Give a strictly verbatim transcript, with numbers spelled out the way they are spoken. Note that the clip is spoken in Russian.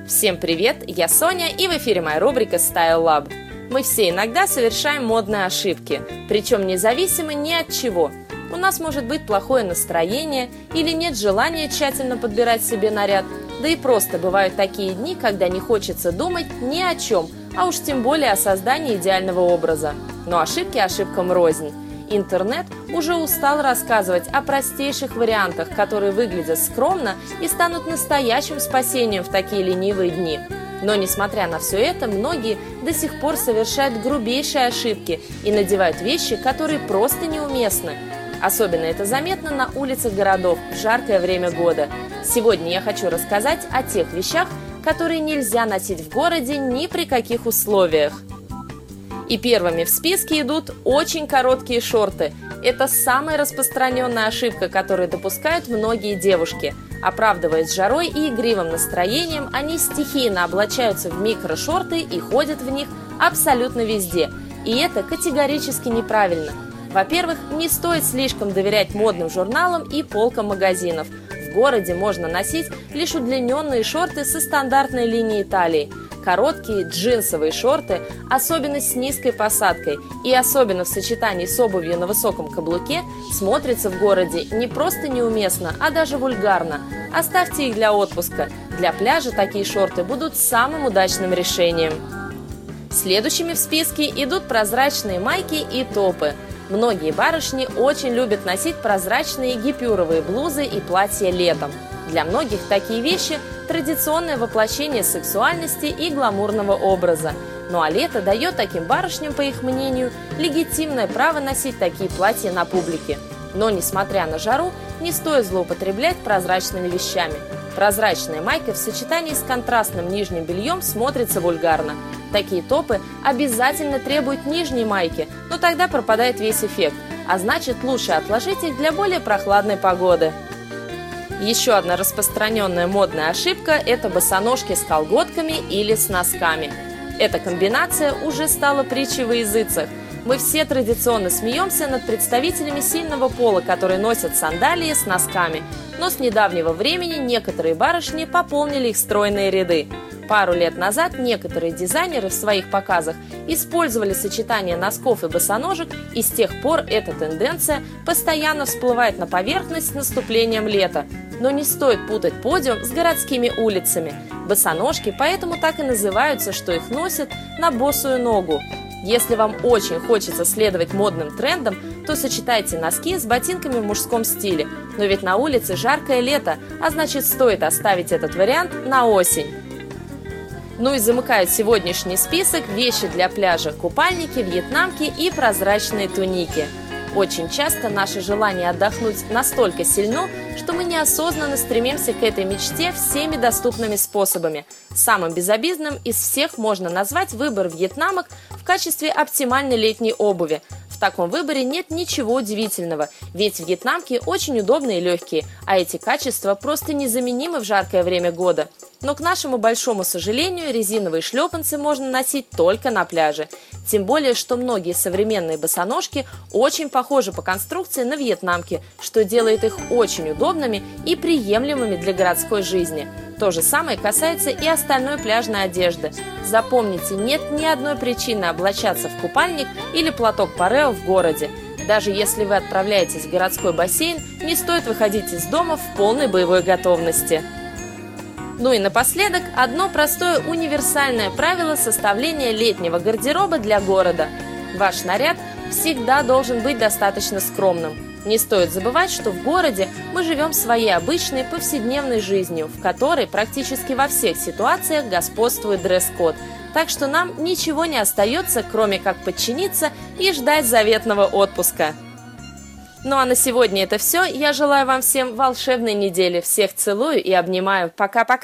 Всем привет, я Соня, и в эфире моя рубрика Style Lab. Мы все иногда совершаем модные ошибки, причем независимо ни от чего. У нас может быть плохое настроение или нет желания тщательно подбирать себе наряд, да и просто бывают такие дни, когда не хочется думать ни о чем, а уж тем более о создании идеального образа. Но ошибки ошибкам рознь. Интернет уже устал рассказывать о простейших вариантах, которые выглядят скромно и станут настоящим спасением в такие ленивые дни. Но, несмотря на все это, многие до сих пор совершают грубейшие ошибки и надевают вещи, которые просто неуместны. Особенно это заметно на улицах городов в жаркое время года. Сегодня я хочу рассказать о тех вещах, которые нельзя носить в городе ни при каких условиях. И первыми в списке идут очень короткие шорты. Это самая распространенная ошибка, которую допускают многие девушки. Оправдываясь жарой и игривым настроением, они стихийно облачаются в микрошорты и ходят в них абсолютно везде. И это категорически неправильно. Во-первых, не стоит слишком доверять модным журналам и полкам магазинов. В городе можно носить лишь удлиненные шорты со стандартной линией талии. Короткие джинсовые шорты, особенно с низкой посадкой и особенно в сочетании с обувью на высоком каблуке, смотрятся в городе не просто неуместно, а даже вульгарно. Оставьте их для отпуска. Для пляжа такие шорты будут самым удачным решением. Следующими в списке идут прозрачные майки и топы. Многие барышни очень любят носить прозрачные гипюровые блузы и платья летом. Для многих такие вещи – традиционное воплощение сексуальности и гламурного образа. Ну а лето дает таким барышням, по их мнению, легитимное право носить такие платья на публике. Но, несмотря на жару, не стоит злоупотреблять прозрачными вещами. Прозрачная майка в сочетании с контрастным нижним бельем смотрится вульгарно. Такие топы обязательно требуют нижней майки, но тогда пропадает весь эффект, а значит лучше отложить их для более прохладной погоды. Еще одна распространенная модная ошибка – это босоножки с колготками или с носками. Эта комбинация уже стала притчей во языцах. Мы все традиционно смеемся над представителями сильного пола, которые носят сандалии с носками, но с недавнего времени некоторые барышни пополнили их стройные ряды. Пару лет назад некоторые дизайнеры в своих показах использовали сочетание носков и босоножек, и с тех пор эта тенденция постоянно всплывает на поверхность с наступлением лета. Но не стоит путать подиум с городскими улицами. Босоножки поэтому так и называются, что их носят на босую ногу. Если вам очень хочется следовать модным трендам, то сочетайте носки с ботинками в мужском стиле. Но ведь на улице жаркое лето, а значит стоит оставить этот вариант на осень. Ну и замыкают сегодняшний список вещи для пляжа: купальники, вьетнамки и прозрачные туники. Очень часто наше желание отдохнуть настолько сильно, что мы неосознанно стремимся к этой мечте всеми доступными способами. Самым безобидным из всех можно назвать выбор вьетнамок в качестве оптимальной летней обуви. В таком выборе нет ничего удивительного, ведь вьетнамки очень удобные и легкие, а эти качества просто незаменимы в жаркое время года. Но, к нашему большому сожалению, резиновые шлепанцы можно носить только на пляже. Тем более, что многие современные босоножки очень похожи по конструкции на вьетнамки, что делает их очень удобными и приемлемыми для городской жизни. То же самое касается и остальной пляжной одежды. Запомните, нет ни одной причины облачаться в купальник или платок парео в городе. Даже если вы отправляетесь в городской бассейн, не стоит выходить из дома в полной боевой готовности. Ну и напоследок, одно простое универсальное правило составления летнего гардероба для города. Ваш наряд всегда должен быть достаточно скромным. Не стоит забывать, что в городе мы живем своей обычной повседневной жизнью, в которой практически во всех ситуациях господствует дресс-код. Так что нам ничего не остается, кроме как подчиниться и ждать заветного отпуска. Ну а на сегодня это все. Я желаю вам всем волшебной недели. Всех целую и обнимаю. Пока-пока.